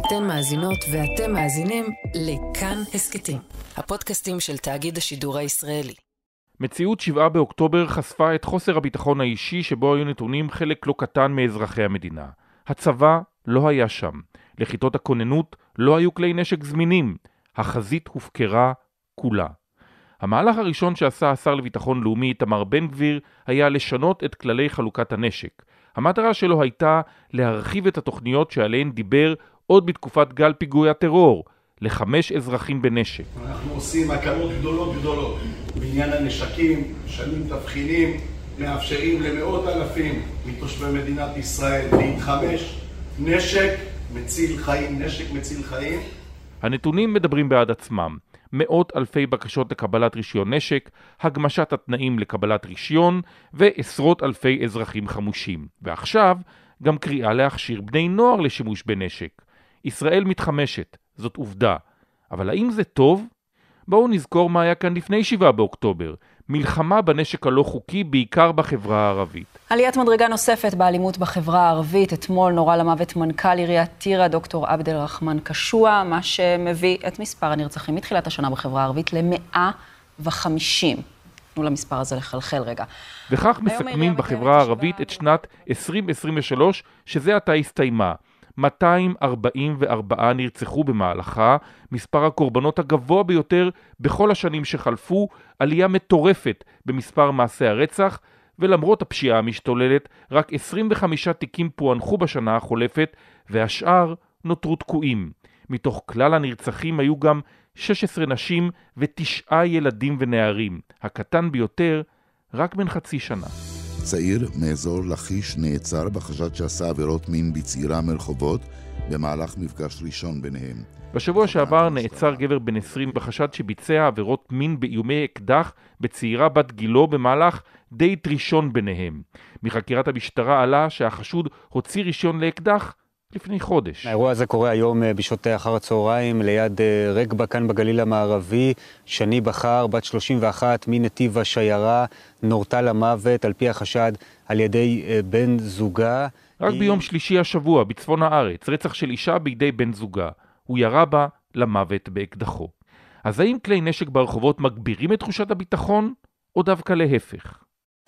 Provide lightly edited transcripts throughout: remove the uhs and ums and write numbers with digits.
אתן מאזינות ואתם מאזינים לכאן הסקטים, הפודקאסטים של תאגיד השידור הישראלי. מציאות 7 באוקטובר חשפה את חוסר הביטחון האישי שבו היו נתונים חלק לא קטן מאזרחי המדינה. הצבא לא היה שם. לכיתות הכוננות לא היו כלי נשק זמינים. החזית הופקרה כולה. המהלך הראשון שעשה השר לביטחון לאומי איתמר בן גביר היה לשנות את כללי חלוקת הנשק. המטרה שלו הייתה להרחיב את התוכניות שעליהן דיבר עוד בתקופת גל פיגועי הטרור, ל5 אזרחים בנשק. אנחנו עושים הקלות גדולות בעניין הנשקים, שנים תבחינים, מאפשרים למאות אלפים מתושבי מדינת ישראל להתחמש. נשק מציל חיים. הנתונים מדברים בעד עצמם. מאות אלפי בקשות לקבלת רישיון נשק, הגמשת התנאים לקבלת רישיון ועשרות אלפי אזרחים חמושים. ועכשיו גם קריאה להכשיר בני נוער לשימוש בנשק. ישראל מתחמשת, זאת עובדה. אבל האם זה טוב? בואו נזכור מה היה כאן לפני 7 באוקטובר. מלחמה בנשק הלא חוקי בעיקר בחברה הערבית. עליית מדרגה נוספת באלימות בחברה הערבית. אתמול נורה למוות מנכ"ל עיריית טירה, דוקטור עבד אל רחמן קשוע, מה שמביא את מספר הנרצחים מתחילת השנה בחברה הערבית ל150. תנו למספר הזה לחלחל רגע. וכך מסכמים בחברה הערבית את שנת 2023, שזה עתה הסתיימה. 244 נרצחו במהלכה, מספר הקורבנות הגבוה ביותר בכל השנים שחלפו, עלייה מטורפת במספר מעשי הרצח, ולמרות הפשיעה המשתוללת, רק 25 תיקים פוענחו בשנה החולפת, והשאר נותרו תקועים. מתוך כלל הנרצחים היו גם 16 נשים ו9 ילדים ונערים. הקטן ביותר, רק בן חצי שנה. צעיר מאזור לכיש נעצר בחשד שעשה עבירות מין בצעירה מרחובות במהלך מפגש ראשון ביניהם. בשבוע שעבר נעצר גבר בן 20 בחשד שביצע עבירות מין באיומי אקדח בצעירה בת גילו במהלך דייט ראשון ביניהם. מחקירת המשטרה עלה שהחשוד הוציא רישיון לאקדח לפני חודש. האירוע הזה קורה היום בשעות אחר הצהריים ליד רגבה כאן בגליל המערבי. שני בחר, בת 31 מנתיב השיירה, נורתה למוות על פי החשד על ידי בן זוגה. רק ביום שלישי השבוע בצפון הארץ, רצח של אישה בידי בן זוגה. הוא ירה בה למוות באקדחו. אז האם כלי נשק ברחובות מגבירים את תחושת הביטחון, או דווקא להפך?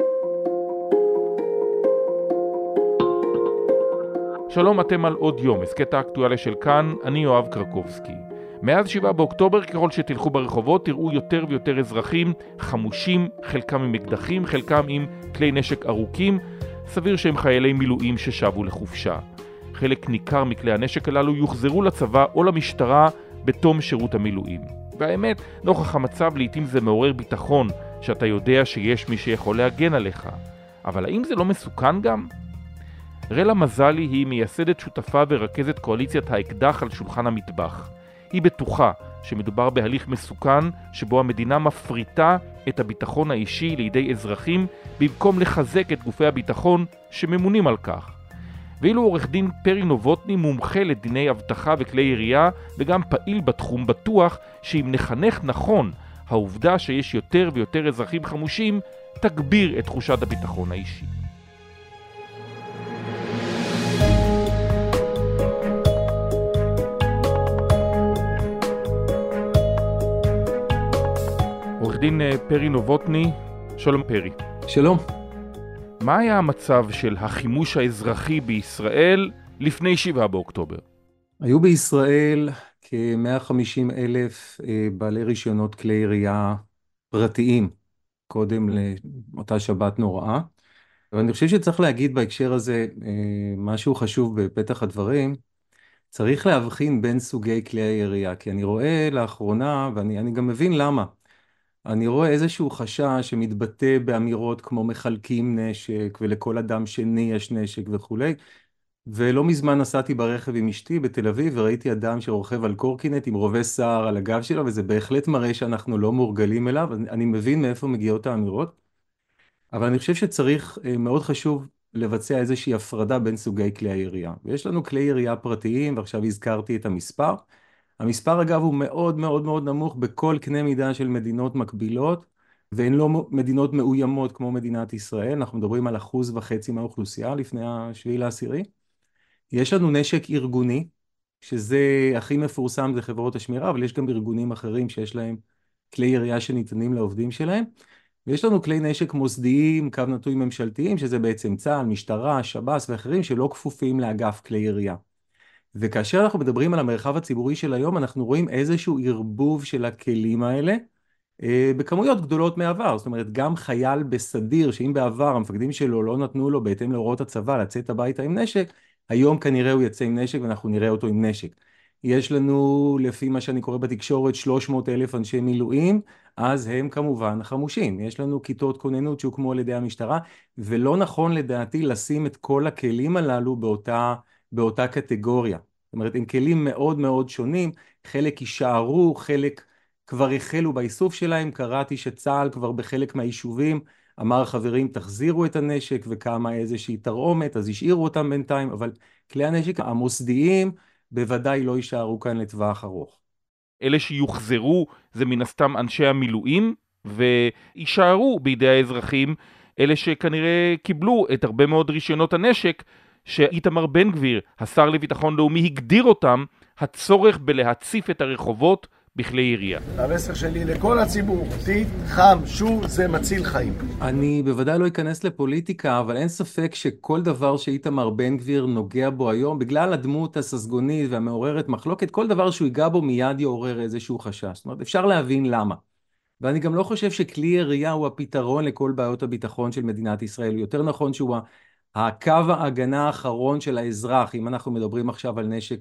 שלום, אתם על עוד יום, הסקט האקטואליה של כאן, אני יואב קרקובסקי. מאז 7 באוקטובר, ככל שתלכו ברחובות, תראו יותר ויותר אזרחים חמושים, חלקם עם אקדחים, חלקם עם כלי נשק ארוכים, סביר שהם חיילי מילואים ששבו לחופשה. חלק ניכר מכלי הנשק הללו יוחזרו לצבא או למשטרה בתום שירות המילואים. והאמת, נוכח המצב לעתים זה מעורר ביטחון, שאתה יודע שיש מי שיכול להגן עליך. אבל האם זה לא מסוכן גם? רלה מזלי היא מייסדת שותפה ורכזת קואליציית האקדח על שולחן המטבח. היא בטוחה שמדובר בהליך מסוכן שבו המדינה מפריטה את הביטחון האישי לידי אזרחים במקום לחזק את גופי הביטחון שממונים על כך. ואילו עורך דין פרי נובוטני מומחה לדיני אבטחה וכלי ירייה וגם פעיל בתחום בטוח שאם נחנך נכון העובדה שיש יותר ויותר אזרחים חמושים תגביר את תחושת הביטחון האישי. עורך דין פרי נובוטני, שלום פרי. שלום. מה היה המצב של החימוש האזרחי בישראל לפני 7 באוקטובר? היו בישראל כ-150,000 בעלי רישיונות כלי ירייה פרטיים, קודם לאותה שבת נוראה. ואני חושב שצריך להגיד בהקשר הזה משהו חשוב בפתח הדברים. צריך להבחין בין סוגי כלי הירייה, כי אני רואה לאחרונה, ואני גם מבין למה, אני רואה איזשהו חשש שמתבטא באמירות כמו מחלקים נשק, ולכל אדם שני יש נשק וכו'. ולא מזמן נסעתי ברכב עם אשתי בתל אביב, וראיתי אדם שרוכב על קורקינט עם רובה סער על הגב שלו, וזה בהחלט מראה שאנחנו לא מורגלים אליו. אני מבין מאיפה מגיעות האמירות, אבל אני חושב שצריך, מאוד חשוב לבצע איזושהי הפרדה בין סוגי כלי הירייה. ויש לנו כלי ירייה פרטיים, ועכשיו הזכרתי את המספר. המספר אגב הוא מאוד מאוד מאוד נמוך בכל קנה מידה של מדינות מקבילות, והן לא מדינות מאוימות כמו מדינת ישראל. אנחנו מדברים על 1.5% מהאוכלוסייה לפני ה7 באוקטובר. יש לנו נשק ארגוני, שזה הכי מפורסם זה חברות השמירה, אבל יש גם ארגונים אחרים שיש להם כלי ירייה שניתנים לעובדים שלהם. ויש לנו כלי נשק מוסדיים, קו נטוי ממשלתיים, שזה בעצם צה"ל, משטרה, שב"ס ואחרים שלא כפופים לאגף כלי ירייה. וכאשר אנחנו מדברים על המרחב הציבורי של היום, אנחנו רואים איזשהו ערבוב של הכלים האלה, בכמויות גדולות מעבר. זאת אומרת, גם חייל בסדיר, שאם בעבר המפקדים שלו לא נתנו לו בהתאם להוראות הצבא לצאת הביתה עם נשק, היום כנראה הוא יצא עם נשק ואנחנו נראה אותו עם נשק. יש לנו, לפי מה שאני קורא בתקשורת, 300,000 אנשי מילואים, אז הם כמובן חמושים. יש לנו כיתות כוננות שהוקמו על ידי המשטרה, ולא נכון לדעתי לשים את כל הכלים הללו באותה קטגוריה. זאת אומרת, הם כלים מאוד מאוד שונים, חלק יישארו, חלק כבר החלו באיסוף שלהם. קראתי שצה"ל כבר בחלק מהיישובים אמר, חברים, תחזירו את הנשק, וקמה איזושהי תרעומת, אז השאירו אותם בינתיים, אבל כלי הנשק המוסדיים בוודאי לא יישארו כאן לטווח ארוך. אלה שיוחזרו זה מן הסתם אנשי המילואים, ויישארו בידי האזרחים, אלה שכנראה קיבלו את הרבה מאוד רישיונות הנשק, שאיתמר בן גביר, השר לביטחון לאומי, הגדיר אותם הצורך בלהציף את הרחובות בכלי ירייה. המסר שלי לכל הציבור, תתחמשו, זה מציל חיים. אני בוודאי לא אכנס לפוליטיקה, אבל אין ספק שכל דבר שאיתמר בן גביר נוגע בו היום, בגלל הדמות הססגונית והמעוררת מחלוקת, כל דבר שהוא ייגע בו מיד יעורר איזשהו חשש. זאת אומרת, אפשר להבין למה. ואני גם לא חושב שכלי ירייה הוא הפתרון לכל בעיות הביטחון של מדינת ישראל. יותר נכון שהוא הקו ההגנה האחרון של האזרח, אם אנחנו מדברים עכשיו על נשק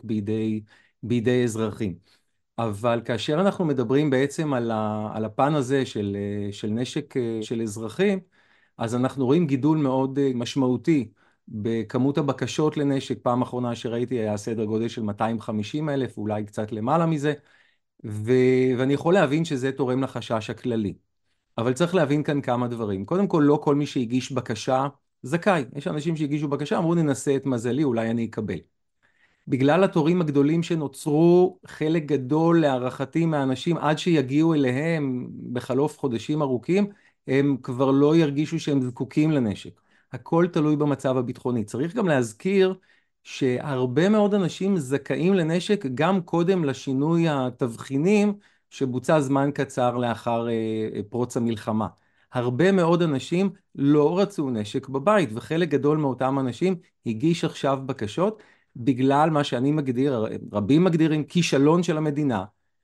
בידי אזרחים. אבל כאשר אנחנו מדברים בעצם על הפן הזה של נשק של אזרחים, אז אנחנו רואים גידול מאוד משמעותי בכמות הבקשות לנשק. פעם אחרונה שראיתי היה סדר גודל של 250,000, אולי קצת למעלה מזה, ואני יכול להבין שזה תורם לחשש הכללי. אבל צריך להבין כאן כמה דברים. קודם כל, לא כל מי שהגיש בקשה זכאי. יש אנשים שהגישו בקשה, אמרו ננסה את מזלי, אולי אני אקבל. בגלל התורים הגדולים שנוצרו, חלק גדול להערכתי מהאנשים עד שיגיעו אליהם בחלוף חודשים ארוכים, הם כבר לא ירגישו שהם זקוקים לנשק. הכל תלוי במצב הביטחוני. צריך גם להזכיר שהרבה מאוד אנשים זכאים לנשק גם קודם לשינוי התבחינים שבוצע זמן קצר לאחר פרוץ המלחמה. הרבה מאוד אנשים לא רצו נשק בבית, וחלק גדול מאותם אנשים הגיש עכשיו בקשות, בגלל מה שאני מגדיר, רבים מגדירים כישלון של המדינה,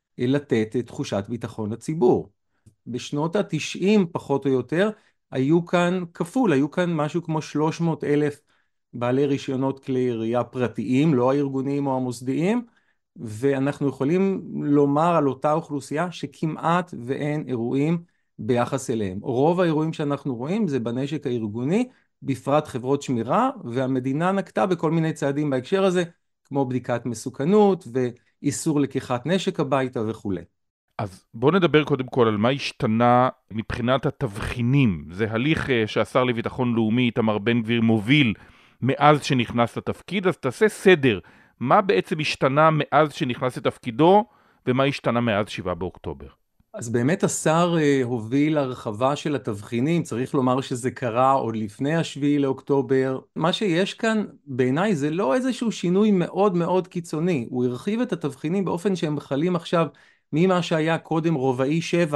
לתת תחושת ביטחון לציבור. בשנות ה-90 פחות או יותר, היו כאן כפול, היו כאן משהו כמו 300,000 בעלי רישיונות כלי ירייה פרטיים, לא הארגוניים או המוסדיים, ואנחנו יכולים לומר על אותה אוכלוסייה שכמעט ואין אירועים ביחס אליהם. רוב האירועים שאנחנו רואים זה בנשק הארגוני, בפרט חברות שמירה, והמדינה נקטה בכל מיני צעדים בהקשר הזה, כמו בדיקת מסוכנות ואיסור לקיחת נשק הביתה וכו'. אז בואו נדבר קודם כל על מה השתנה מבחינת התבחינים. זה הליך שהשר לביטחון לאומי איתמר בן גביר מוביל מאז שנכנס לתפקיד, אז תעשה סדר. מה בעצם השתנה מאז שנכנס לתפקידו, ומה השתנה מאז 7 באוקטובר? אז באמת השר הוביל הרחבה של התבחינים, צריך לומר שזה קרה עוד לפני 7 לאוקטובר. מה שיש כאן בעיניי זה לא איזשהו שינוי מאוד מאוד קיצוני, הוא הרחיב את התבחינים באופן שהם חלים עכשיו ממה שהיה קודם רובעי 7,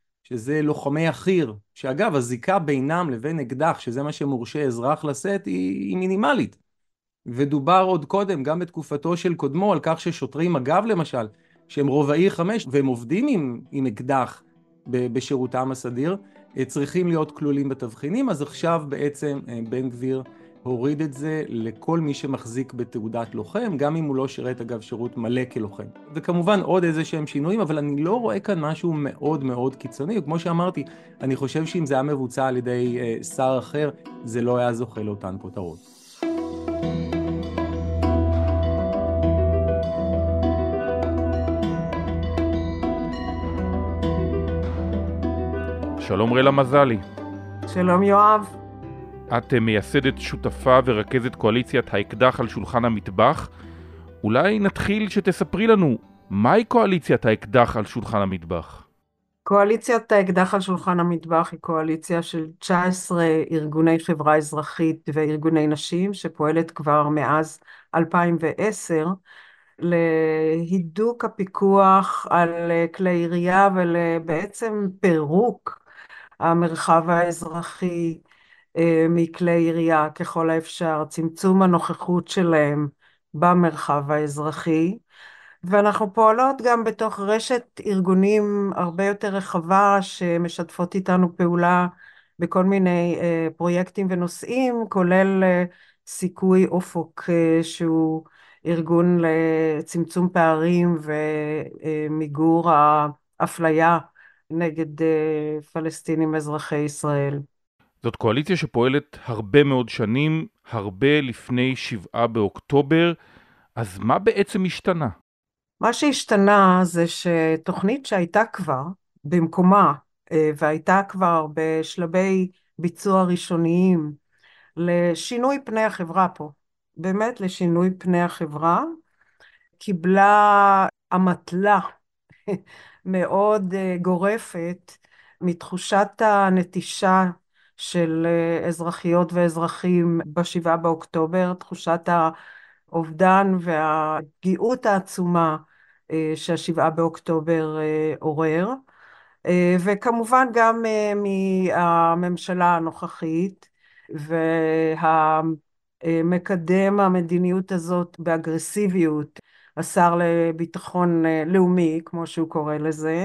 שזה לוחמי החי"ר, שאגב הזיקה בינם לבין אקדח, שזה מה שמורשה אזרח לשאת, היא מינימלית. ודובר עוד קודם, גם בתקופתו של קודמו, על כך ששוטרים אגב למשל, שהם רובעי 5 והם עובדים עם אקדח בשירותם הסדיר, צריכים להיות כלולים בתבחינים. אז עכשיו בעצם בן גביר הוריד את זה לכל מי שמחזיק בתעודת לוחם, גם אם הוא לא שירת אגב שירות מלא כלוחם. וכמובן עוד איזה שהם שינויים, אבל אני לא רואה כאן משהו מאוד מאוד קיצוני, וכמו שאמרתי, אני חושב שאם זה היה מבוצע על ידי שר אחר, זה לא היה זוכה לאותן כותרות. שלום רלה מזלי. שלום יואב. את מייסדת שותפה ורכזת קואליציית האקדח על שולחן המטבח. אולי נתחיל שתספרי לנו, מהי קואליציית האקדח על שולחן המטבח? קואליציית האקדח על שולחן המטבח היא קואליציה של 19 ארגוני חברה אזרחית וארגוני נשים, שפועלת כבר מאז 2010, להידוק הפיקוח על כלי ירייה ולבעצם פירוק המרחב האזרחי מכלי ירייה ככל האפשר, צמצום הנוכחות שלהם במרחב האזרחי. ואנחנו פועלות גם בתוך רשת ארגונים הרבה יותר רחבה שמשתפות איתנו פעולה בכל מיני פרויקטים ונושאים, כולל סיכוי אופוק שהוא ארגון לצמצום פערים ומיגור האפליה נגד פלסטינים אזרחי ישראל. זאת קואליציה שפועלת הרבה מאוד שנים, הרבה לפני 7 באוקטובר, אז מה בעצם השתנה? מה שהשתנה זה שתוכנית שהייתה כבר במקומה והייתה כבר בשלבי ביצוע ראשוניים לשינוי פני החברה פה, באמת לשינוי פני החברה, קיבלה אמתלה מאוד גורפת מתחושת הנטישה של אזרחיות ואזרחים ב7 באוקטובר, תחושת האובדן והפגיעות העצומה שה7 באוקטובר עורר, וכמובן גם מהממשלה הנוכחית, והמקדם המדיניות הזאת באגרסיביות, השר לביטחון לאומי, כמו שהוא קורא לזה,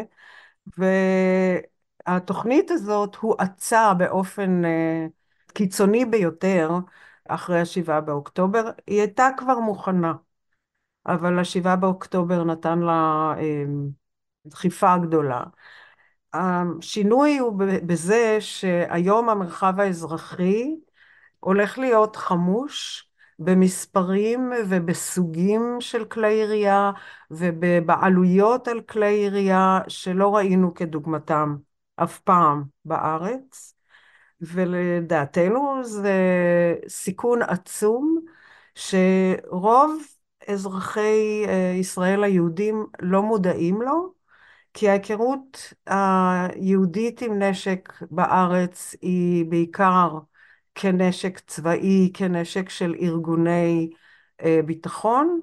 והתוכנית הזאת הואצה באופן קיצוני ביותר אחרי ה7 באוקטובר. היא הייתה כבר מוכנה, אבל ה7 באוקטובר נתן לה דחיפה גדולה. השינוי הוא בזה שהיום המרחב האזרחי הולך להיות חמוש במספרים ובסוגים של כלי ירייה ובבעלויות על כלי ירייה שלא ראינו כדוגמתם אף פעם בארץ, ולדעתנו זה סיכון עצום שרוב אזרחי ישראל היהודים לא מודעים לו, כי ההיכרות היהודית עם נשק בארץ היא בעיקר כנשק צבאי, כנשק של ארגוני ביטחון,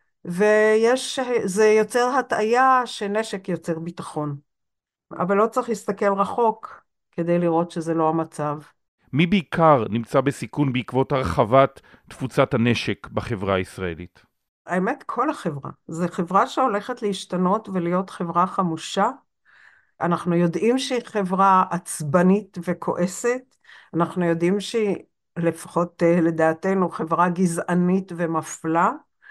זה יוצר הטעיה שנשק יוצר ביטחון. אבל לא צריך להסתכל רחוק כדי לראות שזה לא המצב. מי בעיקר נמצא בסיכון בעקבות הרחבת תפוצת הנשק בחברה הישראלית? האמת, כל החברה. זו חברה שהולכת להשתנות ולהיות חברה חמושה. אנחנו יודעים שהיא חברה עצבנית וכועסת. אנחנו יודעים שהיא, לפחות לדעתנו, חברה גזענית ומפלה.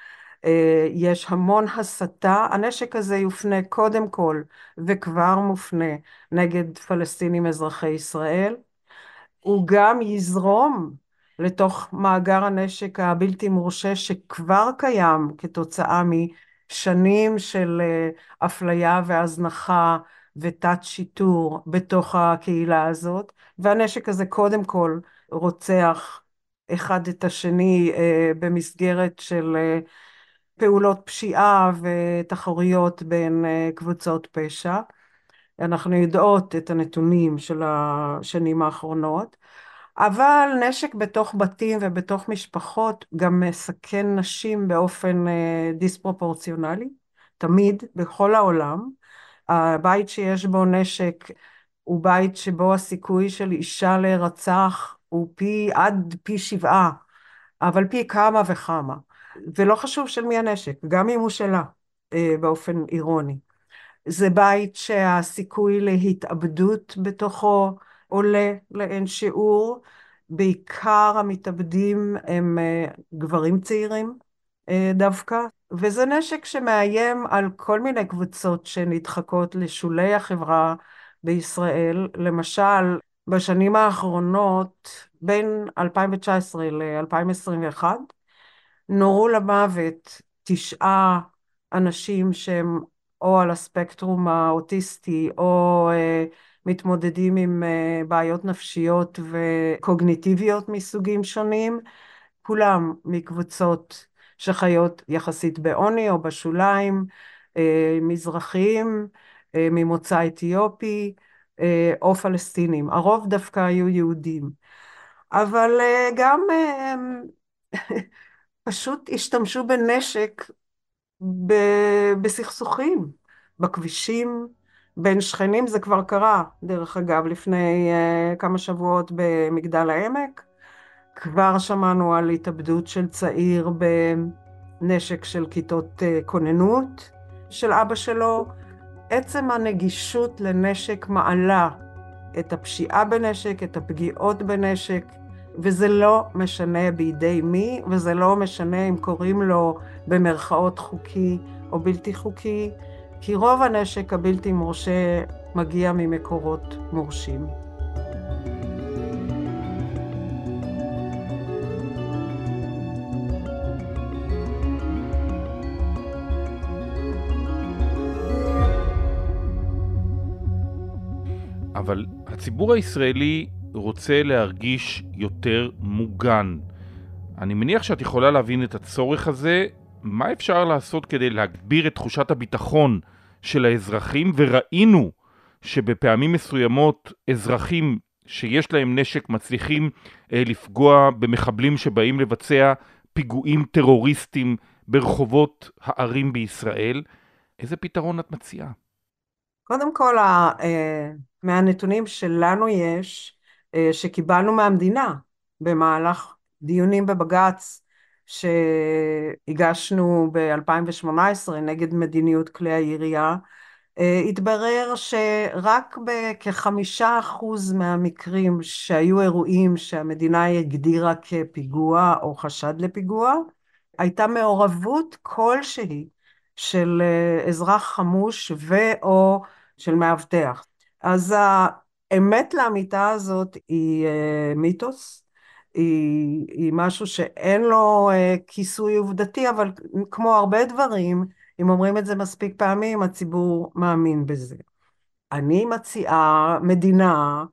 יש המון הסתה. הנשק הזה יופנה קודם כל, וכבר מופנה, נגד פלסטינים אזרחי ישראל. הוא גם יזרום לתוך מאגר הנשק הבלתי מורשה שכבר קיים כתוצאה משנים של אפליה והזנחה ותת שיטור בתוך הקהילה הזאת, והנשק הזה קודם כל רוצח אחד את השני במסגרת של פעולות פשיעה ותחרויות בין קבוצות פשע. אנחנו יודעות את הנתונים של השנים האחרונות, אבל נשק בתוך בתים ובתוך משפחות גם מסכן נשים באופן דיספרופורציונלי, תמיד, בכל העולם. הבית שיש בו נשק הוא בית שבו הסיכוי של אישה להירצח הוא עד פי 7, אבל פי כמה וכמה. ולא חשוב של מי הנשק, גם אם הוא שלה, באופן אירוני. זה בית שהסיכוי להתאבדות בתוכו עולה לאין שיעור, בעיקר המתאבדים הם גברים צעירים דווקא, וזה נשק שמאיים על כל מיני קבוצות שנדחקות לשולי החברה בישראל. למשל, בשנים האחרונות, בין 2019 ל-2021, נורו למוות 9 אנשים שהם או על הספקטרום האוטיסטי, או מתמודדים עם בעיות נפשיות וקוגניטיביות מסוגים שונים, כולם מקבוצות שחיות יחסית בעוני או בשוליים, מזרחיים, ממוצא אתיופי, או פלסטינים. הרוב דווקא היו יהודים. אבל גם פשוט השתמשו בנשק בסכסוכים, בכבישים, בין שכנים. זה כבר קרה, דרך אגב, לפני כמה שבועות במגדל העמק. כבר שמענו על התאבדות של צעיר בנשק של כיתות כוננות של אבא שלו. עצם הנגישות לנשק מעלה את הפשיעה בנשק, את הפגיעות בנשק, וזה לא משנה בידי מי, וזה לא משנה אם קוראים לו במרכאות חוקי או בלתי חוקי, כי רוב הנשק הבלתי מורשה מגיע ממקורות מורשים. אבל הציבור הישראלי רוצה להרגיש יותר מוגן. אני מניח שאת יכולה להבין את הצורך הזה. מה אפשר לעשות כדי להגביר את תחושת הביטחון של האזרחים? וראינו שבפעמים מסוימות אזרחים שיש להם נשק מצליחים לפגוע במחבלים שבאים לבצע פיגועים טרוריסטים ברחובות הערים בישראל. איזה פתרון את מציעה? קודם כל, מהנתונים שלנו יש, שקיבלנו מהמדינה במהלך דיונים בבג"ץ שהגשנו ב-2018 נגד מדיניות כלי הירייה, התברר שרק בכ5% מהמקרים שהיו אירועים שהמדינה הגדירה כפיגוע או חשד לפיגוע, הייתה מעורבות כלשהי של אזרח חמוש או של מאבטח. אז האמת לאמיתה הזאת היא מיתוס, היא משהו שאין לו כיסוי עובדתי, אבל כמו הרבה דברים, אם אומרים את זה מספיק פעמים, הציבור מאמין בזה. אני מציעה מדינה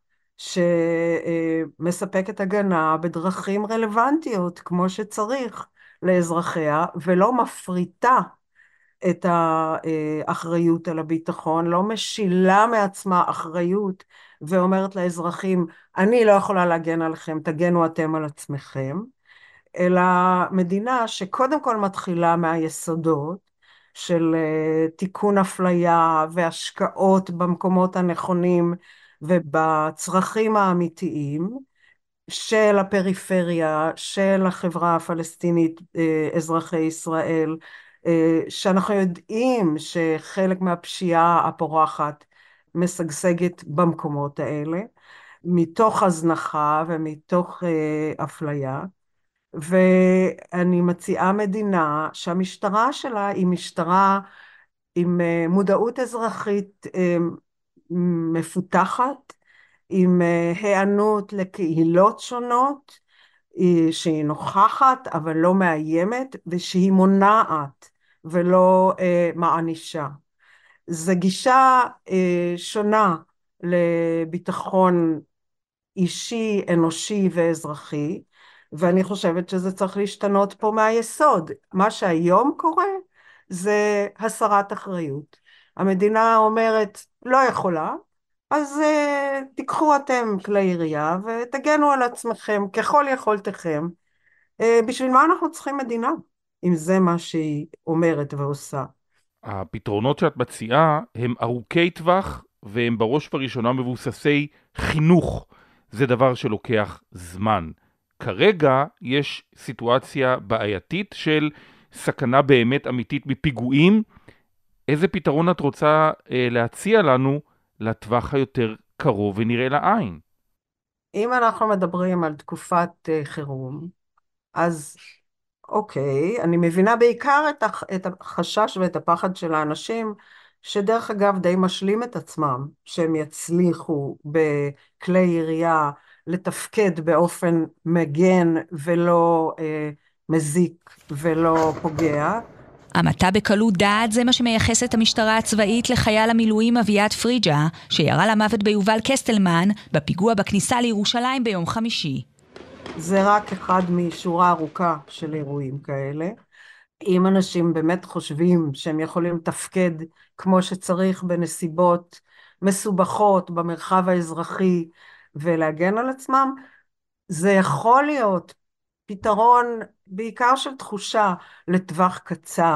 שמספקת הגנה בדרכים רלוונטיות, כמו שצריך לאזרחיה, ולא מפריטה את האחריות על הביטחון, לא משילה מעצמה אחריות, ואומרת לאזרחים, אני לא יכולה להגן עליכם, תגנו אתם על עצמכם, אלא מדינה שקודם כל מתחילה מהיסודות, של תיקון אפליה והשקעות במקומות הנכונים ובצרכים האמיתיים של הפריפריה, של החברה הפלסטינית, אזרחי ישראל, שאנחנו יודעים שחלק מהפשיעה הפורחת משגשגת במקומות האלה, מתוך הזנחה ומתוך אפליה. ואני מציעה מדינה שהמשטרה שלה היא משטרה עם מודעות אזרחית מפותחת, עם הענות לקהילות שונות, שהיא נוכחת אבל לא מאיימת, ושהיא מונעת ולא מענישה. זו גישה שונה לביטחון אישי, אנושי ואזרחי, ואני חושבת שזה צריך להשתנות פה מהיסוד. מה שהיום קורה זה הסרת אחריות. המדינה אומרת, לא יכולה, אז תיקחו אתם כלי ירייה ותגנו על עצמכם ככל יכולתכם. בשביל מה אנחנו צריכים מדינה, אם זה מה שהיא אומרת ועושה? הפתרונות שאת מציעה הם ארוכי טווח, והם בראש ובראשונה מבוססי חינוך. זה דבר שלוקח זמן. כרגע יש סיטואציה בעייתית של סכנה באמת אמיתית מפיגועים. איזה פתרון את רוצה להציע לנו לטווח היותר קרוב ונראה לעין? אם אנחנו מדברים על תקופת חירום, אז אוקיי, אני מבינה בעיקר את החשש ואת הפחד של האנשים, שדרך אגב די משלים את עצמם, שהם יצליחו בכלי ירייה לתפקד באופן מגן ולא מזיק ולא פוגע. המתה בקלות דעת זה מה שמייחס את המשטרה הצבאית לחייל המילואים אביעד פריג'ה, שירה למוות ביובל קסטלמן בפיגוע בכניסה לירושלים ביום חמישי. זה רק אחד משורה ארוכה של אירועים כאלה. אם אנשים באמת חושבים שהם יכולים לתפקד כמו שצריך בנסיבות מסובכות במרחב האזרחי ולהגן על עצמם, זה יכול להיות פתרון בעיקר של תחושה לטווח קצר,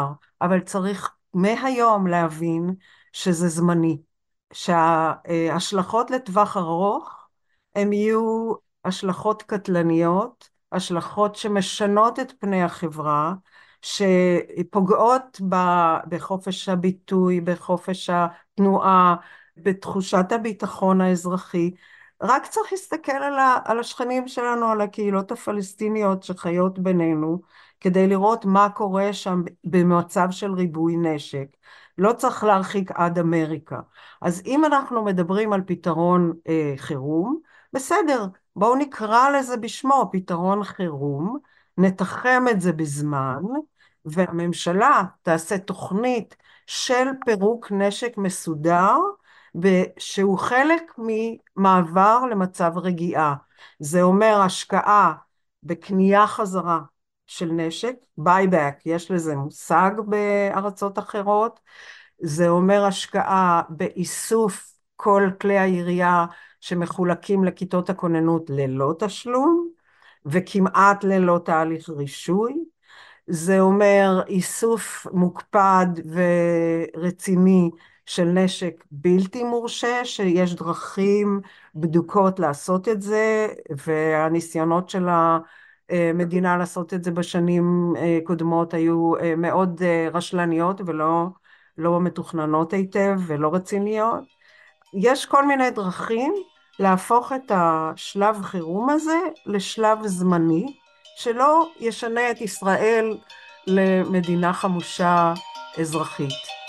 אבל צריך מהיום להבין שזה זמני, שההשלכות לטווח ארוך הם יהיו השלכות קטלניות, השלכות שמשנות את פני החברה, שפוגעות בחופש הביטוי, בחופש התנועה, בתחושת הביטחון האזרחי. רק צריך להסתכל על השכנים שלנו, על הקהילות הפלסטיניות שחיות בינינו, כדי לראות מה קורה שם במצב של ריבוי נשק. לא צריך להרחיק עד אמריקה. אז אם אנחנו מדברים על פתרון חירום, בסדר, בואו נקרא לזה בשמו, פתרון חירום, נתחם את זה בזמן, והממשלה תעשה תוכנית של פירוק נשק מסודר, שהוא חלק ממעבר למצב רגיעה. זה אומר השקעה בקנייה חזרה של נשק, buyback, יש לזה מושג בארצות אחרות, זה אומר השקעה באיסוף כל כלי הירייה שמחולקים לכיתות הכוננות ללא תשלום, וכמעט ללא תהליך רישוי, זה אומר איסוף מוקפד ורציני של נשק בלתי מורשה, שיש דרכים בדוקות לעשות את זה, והניסיונות של המדינה לעשות את זה בשנים קודמות היו מאוד רשלניות ולא מתוכננות היטב ולא רציניות. יש כל מיני דרכים להפוך את השלב חירום הזה לשלב זמני, שלא ישנה את ישראל למדינה חמושה אזרחית.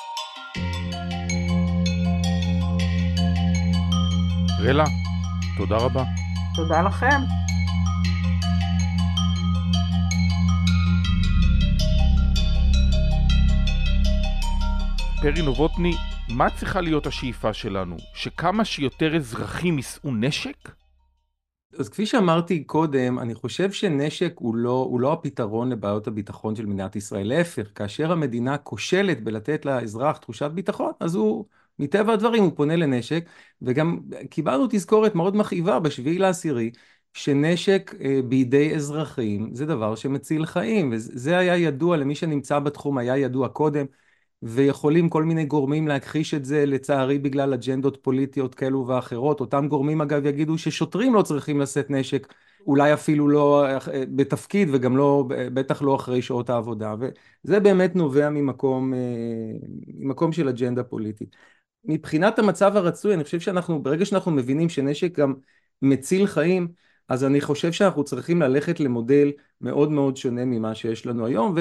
רלה, תודה רבה. תודה לכם. פרי נובוטני, מה צריכה להיות השאיפה שלנו? שכמה שיותר אזרחים יישאו נשק? אז כפי שאמרתי קודם, אני חושב שנשק הוא לא הפתרון לבעיות הביטחון של מדינת ישראל. להפך, כאשר המדינה כושלת בלתת לאזרח תחושת ביטחון, אז הוא, מטבע הדברים, הוא פונה לנשק, וגם קיבלנו תזכורת מאוד מכאיבה ב7/10, שנשק בידי אזרחים זה דבר שמציל חיים, וזה היה ידוע למי שנמצא בתחום, היה ידוע קודם, ויכולים כל מיני גורמים להכחיש את זה, לצערי בגלל אג'נדות פוליטיות כאלו ואחרות. אותם גורמים אגב יגידו ששוטרים לא צריכים לשאת נשק, אולי אפילו לא בתפקיד וגם לא, בטח לא אחרי שעות העבודה, וזה באמת נובע ממקום של אג'נדה פוליטית. מבחינת המצב הרצוי, אני חושב ברגע שאנחנו מבינים שנשק גם מציל חיים, אז אני חושב שאנחנו צריכים ללכת למודל מאוד מאוד שונה ממה שיש לנו היום,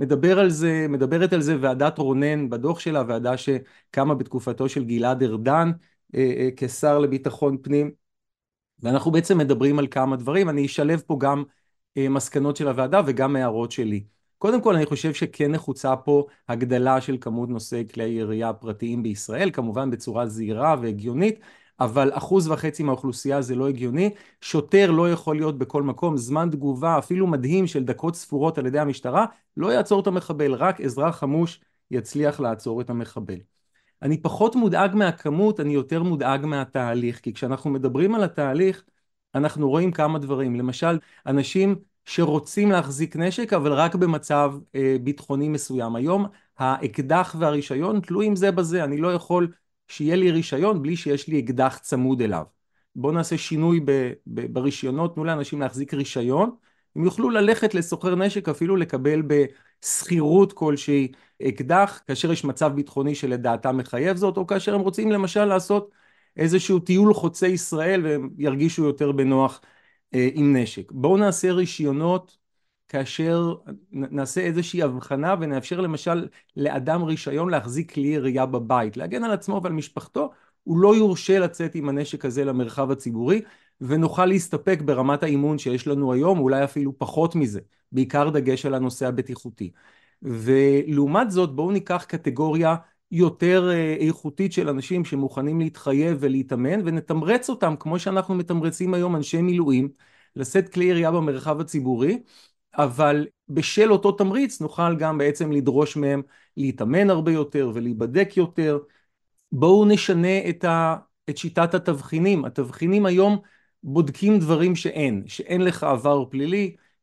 מדברת על זה ועדת רונן בדוח שלה, ועדה שקמה בתקופתו של גלעד ארדן כשר לביטחון פנים, ואנחנו בעצם מדברים על כמה דברים. אני אשלב פה גם מסקנות של הוועדה וגם הערות שלי. קודם כל אני חושב שכן נחוצה פה הגדלה של כמות נושאי כלי ירייה פרטיים בישראל, כמובן בצורה זהירה והגיונית, אבל 1.5% מהאוכלוסייה זה לא הגיוני. שוטר לא יכול להיות בכל מקום, זמן תגובה אפילו מדהים של דקות ספורות על ידי המשטרה לא יעצור את המחבל, רק אזרח חמוש יצליח לעצור את המחבל. אני פחות מודאג מהכמות, אני יותר מודאג מהתהליך, כי כשאנחנו מדברים על התהליך אנחנו רואים כמה דברים. למשל, אנשים שרוצים להחזיק נשק אבל רק במצב ביטחוני מסוים. היום האקדח והרישיון תלויים זה בזה, אני לא יכול שיהיה לי רישיון בלי שיש לי אקדח צמוד אליו. בואו נעשה שינוי ברישיונות, תנו לאנשים להחזיק רישיון, הם יוכלו ללכת לסוחר נשק, אפילו לקבל בסחירות כלשהי אקדח, כאשר יש מצב ביטחוני שלדעתם מחייב זאת, או כאשר הם רוצים למשל לעשות איזשהו טיול חוצה ישראל, והם ירגישו יותר בנוח עם נשק. בואו נעשה רישיונות, כאשר נעשה איזושהי הבחנה ונאפשר למשל לאדם רישיון להחזיק כלי ירייה בבית, להגן על עצמו ועל משפחתו, הוא לא יורשה לצאת עם הנשק הזה למרחב הציבורי, ונוכל להסתפק ברמת האימון שיש לנו היום, אולי אפילו פחות מזה, בעיקר דגש על הנושא הבטיחותי. ולעומת זאת בואו ניקח קטגוריה יותר איכותית של אנשים שמוכנים להתחייב ולהתאמן, ונתמרץ אותם כמו שאנחנו מתמרצים היום אנשי מילואים, לשאת כלי ירייה במרחב הציבורי, אבל בשל אותו תמריץ נוכל גם בעצם לדרוש מהם להתאמן הרבה יותר ולהיבדק יותר. בואו נשנה את שיטת התבחינים. התבחינים היום בודקים דברים שאין לך עבר פלילי,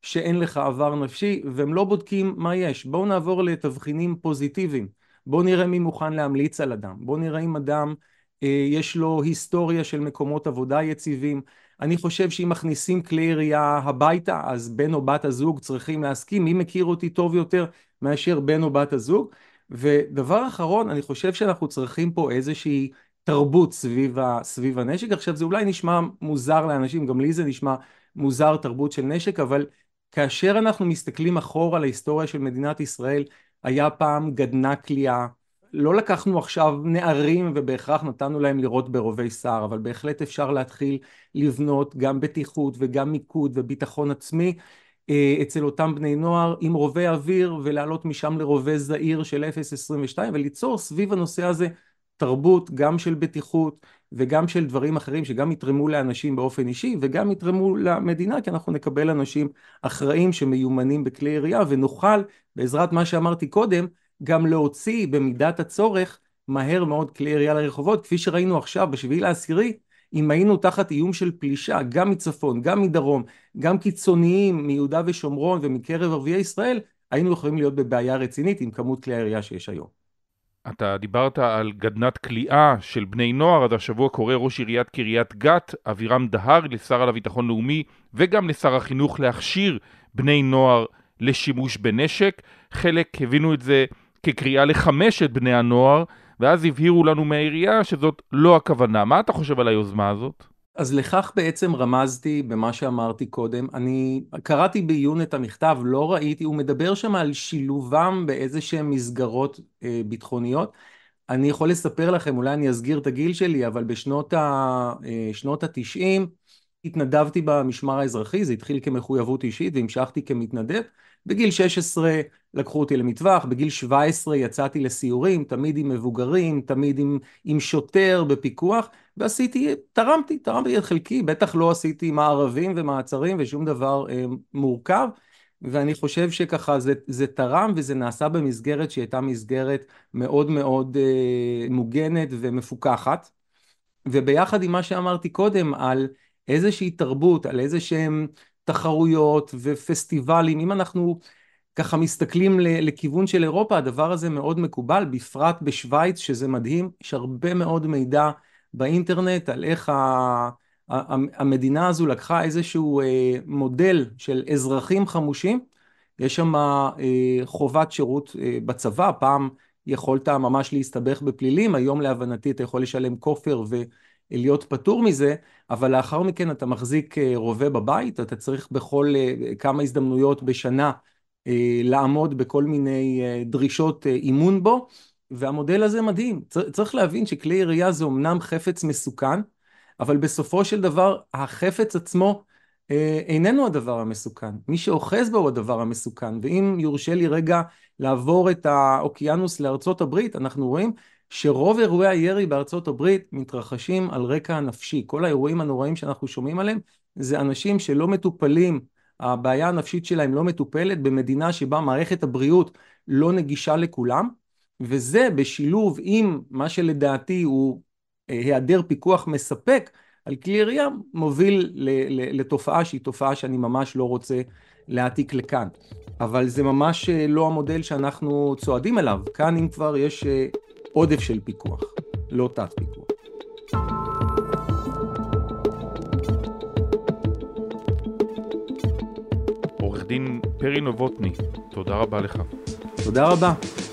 שאין לך עבר נפשי, והם לא בודקים מה יש. בואו נעבור לתבחינים פוזיטיביים. בואו נראה מי מוכן להמליץ על אדם. בואו נראה אם אדם יש לו היסטוריה של מקומות עבודה יציבים. אני חושב שאם מכניסים כלי ירייה הביתה, אז בן או בת הזוג צריכים להסכים מי מכיר אותי טוב יותר מאשר בן או בת הזוג. ודבר אחרון, אני חושב שאנחנו צריכים פה איזושהי תרבות סביב הנשק. עכשיו זה אולי נשמע מוזר לאנשים, גם לי זה נשמע מוזר תרבות של נשק, אבל כאשר אנחנו מסתכלים אחורה על ההיסטוריה של מדינת ישראל, היה פעם גדנ"ע כליאה. לא לקחנו עכשיו נערים ובהכרח נתנו להם לירות ברובי סער, אבל בהחלט אפשר להתחיל לבנות גם בטיחות וגם מיקוד וביטחון עצמי אצל אותם בני נוער עם רובי אוויר, ולעלות משם לרובי זעיר של 0.22 וליצור סביב הנושא הזה תרבות גם של בטיחות וגם של דברים אחרים שגם יתרמו לאנשים באופן אישי וגם יתרמו למדינה, כי אנחנו נקבל אנשים אחראים שמיומנים בכלי ירייה, ונוכל בעזרת מה שאמרתי קודם גם להוציא במידת הצורך מהר מאוד כלי ירייה לרחובות, כפי שראינו עכשיו ב7/10, אם היינו תחת איום של פלישה גם מצפון, גם מדרום, גם קיצוניים מיהודה ושומרון ומקרב ערביי ישראל, היינו יכולים להיות בבעיה רצינית עם כמות כלי הירייה שיש היום. אתה דיברת על גדנת כליאה של בני נוער, אז השבוע קורא ראש עיריית קריית גת, אבירם דהר, לשר לביטחון לאומי וגם לשר החינוך להכשיר בני נוער לשימוש בנשק. חלק הבינו את זה כקריאה לחמש את בני הנוער, ואז הבהירו לנו מהעירייה שזאת לא הכוונה. מה אתה חושב על היוזמה הזאת? אז לכך בעצם רמזתי במה שאמרתי קודם. אני קראתי בעיון את המכתב, לא ראיתי, הוא מדבר שם על שילובם באיזה שהן מסגרות ביטחוניות. אני יכול לספר לכם, אולי אני אסגיר את הגיל שלי, אבל בשנות ה-90 התנדבתי במשמר האזרחי, זה התחיל כמחויבות אישית והמשכתי כמתנדב. בגיל 16 לקחו אותי למטווח, בגיל 17 יצאתי לסיורים, תמיד עם מבוגרים, תמיד עם שוטר בפיקוח, תרמתי את חלקי, בטח לא עשיתי מערבים ומעצרים ושום דבר מורכב, ואני חושב שככה זה תרם, וזה נעשה במסגרת שהייתה מסגרת מאוד מאוד מוגנת ומפוקחת, וביחד עם מה שאמרתי קודם על איזושהי תרבות, על איזשהם תחרויות ופסטיבלים, אם אנחנו ככה מסתכלים לכיוון של אירופה, הדבר הזה מאוד מקובל, בפרט בשוויץ, שזה מדהים, יש הרבה מאוד מידע באינטרנט על איך המדינה הזו לקחה איזשהו מודל של אזרחים חמושים, יש שם חובת שירות בצבא, פעם יכולת ממש להסתבך בפלילים, היום להבנתי אתה יכול לשלם כופר ולהיות פטור מזה, אבל לאחר מכן אתה מחזיק רובה בבית, אתה צריך בכל כמה הזדמנויות בשנה לעמוד בכל מיני דרישות אימון בו, והמודל הזה מדהים. צריך להבין שכלי ירייה זה אמנם חפץ מסוכן, אבל בסופו של דבר החפץ עצמו איננו הדבר המסוכן. מי שאוחז בו הוא הדבר המסוכן, ואם יורשה לי רגע לעבור את האוקיינוס לארצות הברית, אנחנו רואים שרוב אירועי הירי בארצות הברית מתרחשים על רקע הנפשי. כל האירועים הנוראים שאנחנו שומעים עליהם, זה אנשים שלא מטופלים, הבעיה הנפשית שלהם לא מטופלת, במדינה שבה מערכת הבריאות לא נגישה לכולם, וזה בשילוב עם מה שלדעתי הוא היעדר פיקוח מספק על כלי ירייה, מוביל לתופעה שהיא תופעה שאני ממש לא רוצה להעתיק לכאן. אבל זה ממש לא המודל שאנחנו צועדים אליו. כאן אם כבר יש עודף של פיקוח, לא תת פיקוח. עורך דין פרי נובוטני, תודה רבה לך. תודה רבה.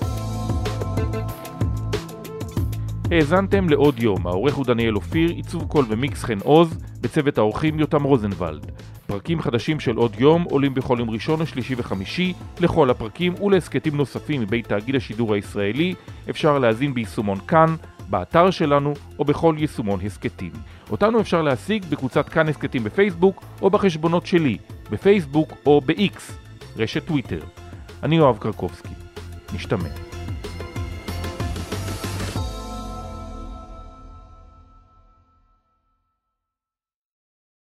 האזנתם לעוד יום, העורך הוא דניאל אופיר, עיצוב קול ומיקס חן עוז, בצוות האורחים יותם רוזנבלד. פרקים חדשים של עוד יום עולים בכל יום ראשון, שלישי וחמישי. לכל הפרקים ולהסקטים נוספים מבית תאגיד השידור הישראלי אפשר להזין ביישומון כאן, באתר שלנו או בכל יישומון הסקטים. אותנו אפשר להשיג בקבוצת כאן הסקטים בפייסבוק או בחשבונות שלי בפייסבוק או ב-X, רשת טוויטר. אני יואב קרקובסקי. נשתמע.